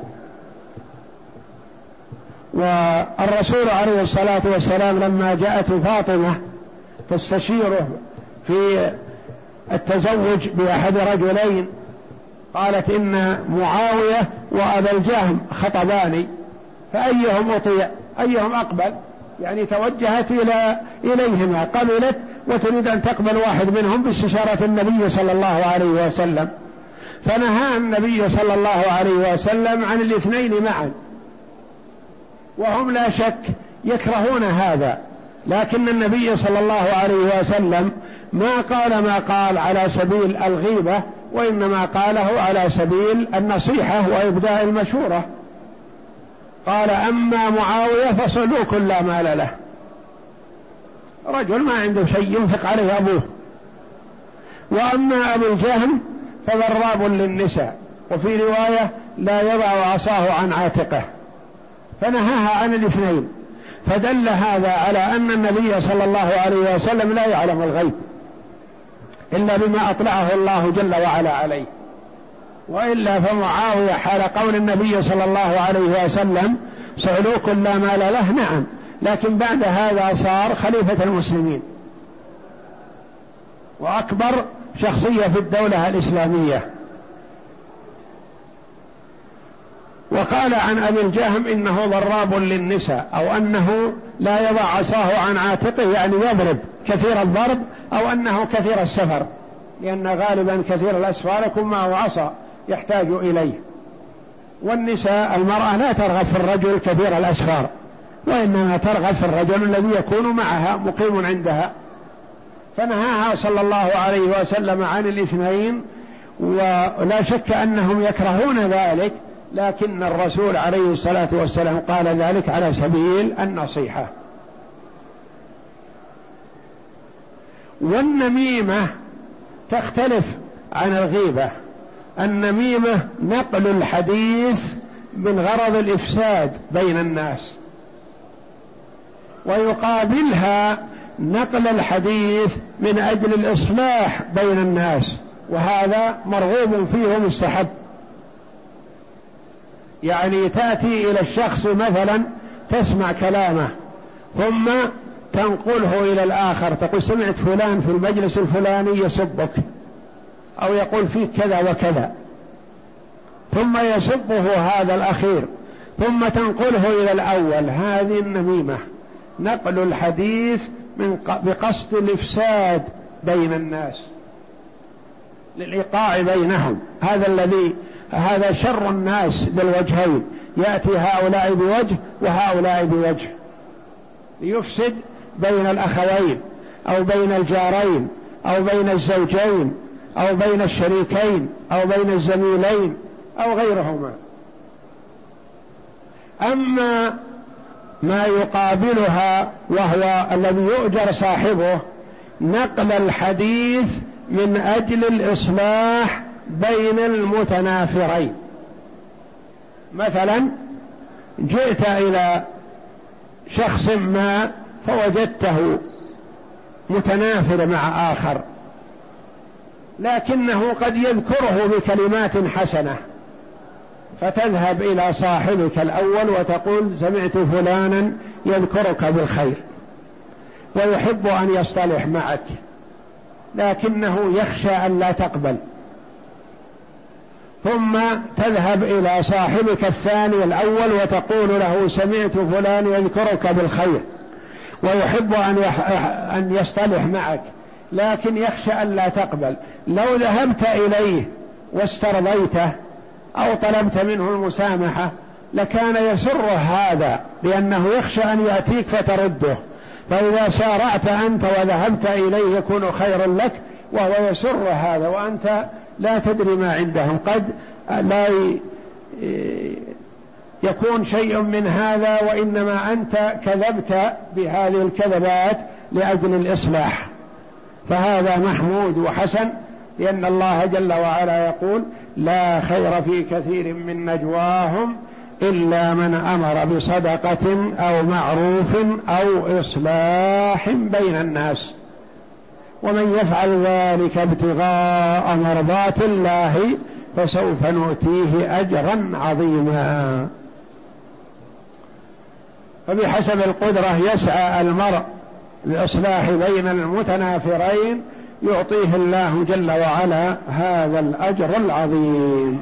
والرسول عليه الصلاة والسلام لما جاءت فاطمة تستشيره في التزوج بأحد رجلين، قالت إن معاوية وأبا الجهم خطباني فأيهم أطيع أيهم أقبل، يعني توجهت إليهما، قبلت وتريد أن تقبل واحد منهم باستشارة النبي صلى الله عليه وسلم، فنهى النبي صلى الله عليه وسلم عن الاثنين معا، وهم لا شك يكرهون هذا، لكن النبي صلى الله عليه وسلم ما قال ما قال على سبيل الغيبة، وإنما قاله على سبيل النصيحة وإبداء المشورة. قال أما معاوية فصلوك لا مال له، رجل ما عنده شيء ينفق عليه أبوه، وأما أبو الجهم فضراب للنساء، وفي رواية لا يضع عصاه عن عاتقه، فنهاها عن الاثنين. فدل هذا على أن النبي صلى الله عليه وسلم لا يعلم الغيب إلا بما أطلعه الله جل وعلا عليه، وإلا فمعاوية حال قول النبي صلى الله عليه وسلم صعلوك لا مال له، نعم، لكن بعد هذا صار خليفة المسلمين وأكبر شخصية في الدولة الإسلامية. وقال عن أبي الجهم إنه ضراب للنساء، أو أنه لا يضع عصاه عن عاتقه، يعني يضرب كثير الضرب، أو أنه كثير السفر، لأن غالبا كثير الأسفار يكون معه عصا يحتاج إليه. والنساء المرأة لا ترغب في الرجل كثير الأسفار، وإنما ترغب في الرجل الذي يكون معها مقيم عندها، فنهاها صلى الله عليه وسلم عن الاثنين، ولا شك أنهم يكرهون ذلك، لكن الرسول عليه الصلاة والسلام قال ذلك على سبيل النصيحة. والنميمة تختلف عن الغيبة. النميمة نقل الحديث من غرض الإفساد بين الناس، ويقابلها نقل الحديث من أجل الإصلاح بين الناس، وهذا مرغوب فيه ومستحب. يعني تأتي إلى الشخص مثلا تسمع كلامه ثم تنقله إلى الآخر، تقول سمعت فلان في المجلس الفلاني يسبك أو يقول فيك كذا وكذا، ثم يسبه هذا الأخير ثم تنقله إلى الأول. هذه النميمة، نقل الحديث بقصد الإفساد بين الناس للإيقاع بينهم. هذا شر الناس للوجهين، يأتي هؤلاء بوجه وهؤلاء بوجه ليفسد بين الأخوين أو بين الجارين أو بين الزوجين أو بين الشريكين أو بين الزميلين أو غيرهما. أما ما يقابلها وهو الذي يؤجر صاحبه نقل الحديث من أجل الإصلاح بين المتنافرين. مثلا جئت إلى شخص ما فوجدته متنافر مع آخر، لكنه قد يذكره بكلمات حسنة، فتذهب إلى صاحبك الأول وتقول سمعت فلانا يذكرك بالخير ويحب أن يصطلح معك، لكنه يخشى أن لا تقبل. ثم تذهب إلى صاحبك الثاني الأول وتقول له سمعت فلان يذكرك بالخير ويحب أن يصطلح معك، لكن يخشى أن لا تقبل. لو ذهبت إليه واسترضيته أو طلبت منه المسامحة لكان يسره هذا، لأنه يخشى أن يأتيك فترده، فإذا سارعت أنت وذهبت إليه يكون خيرا لك، وهو يسر هذا وأنت لا تدري ما عندهم، قد لا يكون شيء من هذا، وإنما أنت كذبت بهذه الكذبات لأجل الإصلاح. فهذا محمود وحسن، لأن الله جل وعلا يقول لا خير في كثير من نجواهم إلا من أمر بصدقة أو معروف أو إصلاح بين الناس، ومن يفعل ذلك ابتغاء مرضات الله فسوف نؤتيه أجرا عظيما. فبحسب القدرة يسعى المرء لإصلاح بين المتنافرين، يعطيه الله جل وعلا هذا الأجر العظيم.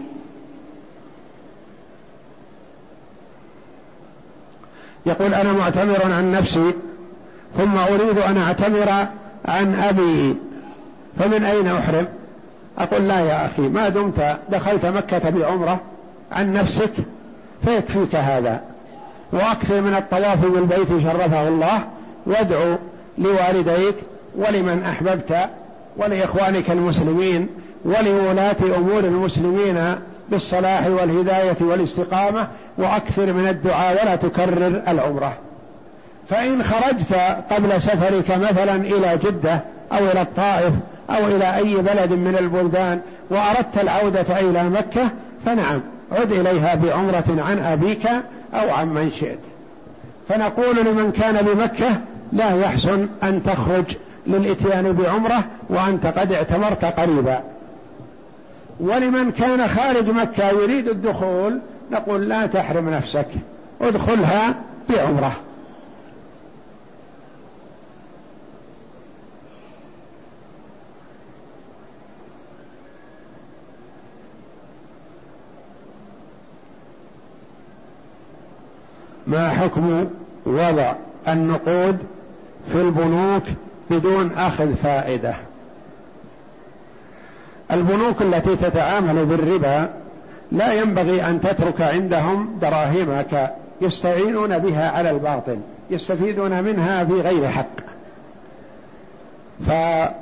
يقول أنا معتمر عن نفسي ثم أريد أن أعتمر عن أبي، فمن أين أحرم؟ أقول لا يا أخي، ما دمت دخلت مكة بعمرة عن نفسك فيكفيك هذا، وأكثر من الطواف بالبيت شرفه الله، وادعو لوالديك ولمن أحببت ولإخوانك المسلمين ولولاة أمور المسلمين بالصلاح والهداية والاستقامة، وأكثر من الدعاء ولا تكرر العمرة. فإن خرجت قبل سفرك مثلا إلى جدة أو إلى الطائف أو إلى أي بلد من البلدان وأردت العودة إلى مكة فنعم، عد إليها بعمرة عن أبيك أو عن من شئت. فنقول لمن كان بمكة لا يحسن أن تخرج للإتيان بعمرة وأنت قد اعتمرت قريبا، ولمن كان خارج مكة يريد الدخول نقول لا تحرم نفسك، ادخلها بعمرة. ما حكم وضع النقود في البنوك بدون أخذ فائدة؟ البنوك التي تتعامل بالربا لا ينبغي أن تترك عندهم دراهمك يستعينون بها على الباطل، يستفيدون منها بغير حق. فإن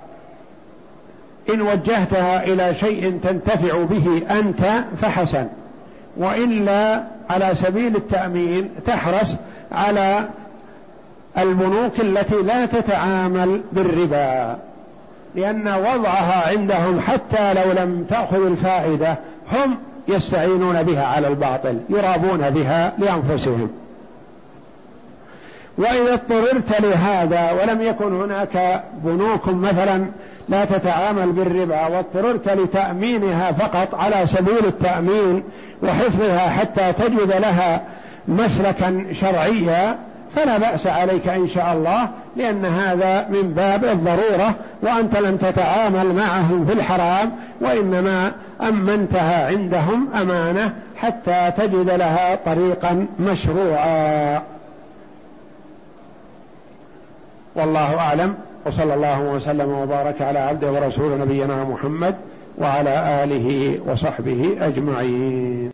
وجهتها إلى شيء تنتفع به أنت فحسن، وإلا على سبيل التأمين تحرص على البنوك التي لا تتعامل بالربا، لأن وضعها عندهم حتى لو لم تأخذ الفائدة هم يستعينون بها على الباطل، يرابون بها لأنفسهم. وإذا اضطررت لهذا ولم يكن هناك بنوك مثلا لا تتعامل بالربا، واضطررت لتأمينها فقط على سبيل التأمين وحفظها حتى تجد لها مسلكا شرعيا، فلا بأس عليك إن شاء الله، لأن هذا من باب الضرورة، وأنت لم تتعامل معهم في الحرام، وإنما أمنتها عندهم أمانة حتى تجد لها طريقا مشروعا. والله أعلم، وصلى الله وسلم وبارك على عبده ورسول نبينا محمد وعلى آله وصحبه أجمعين.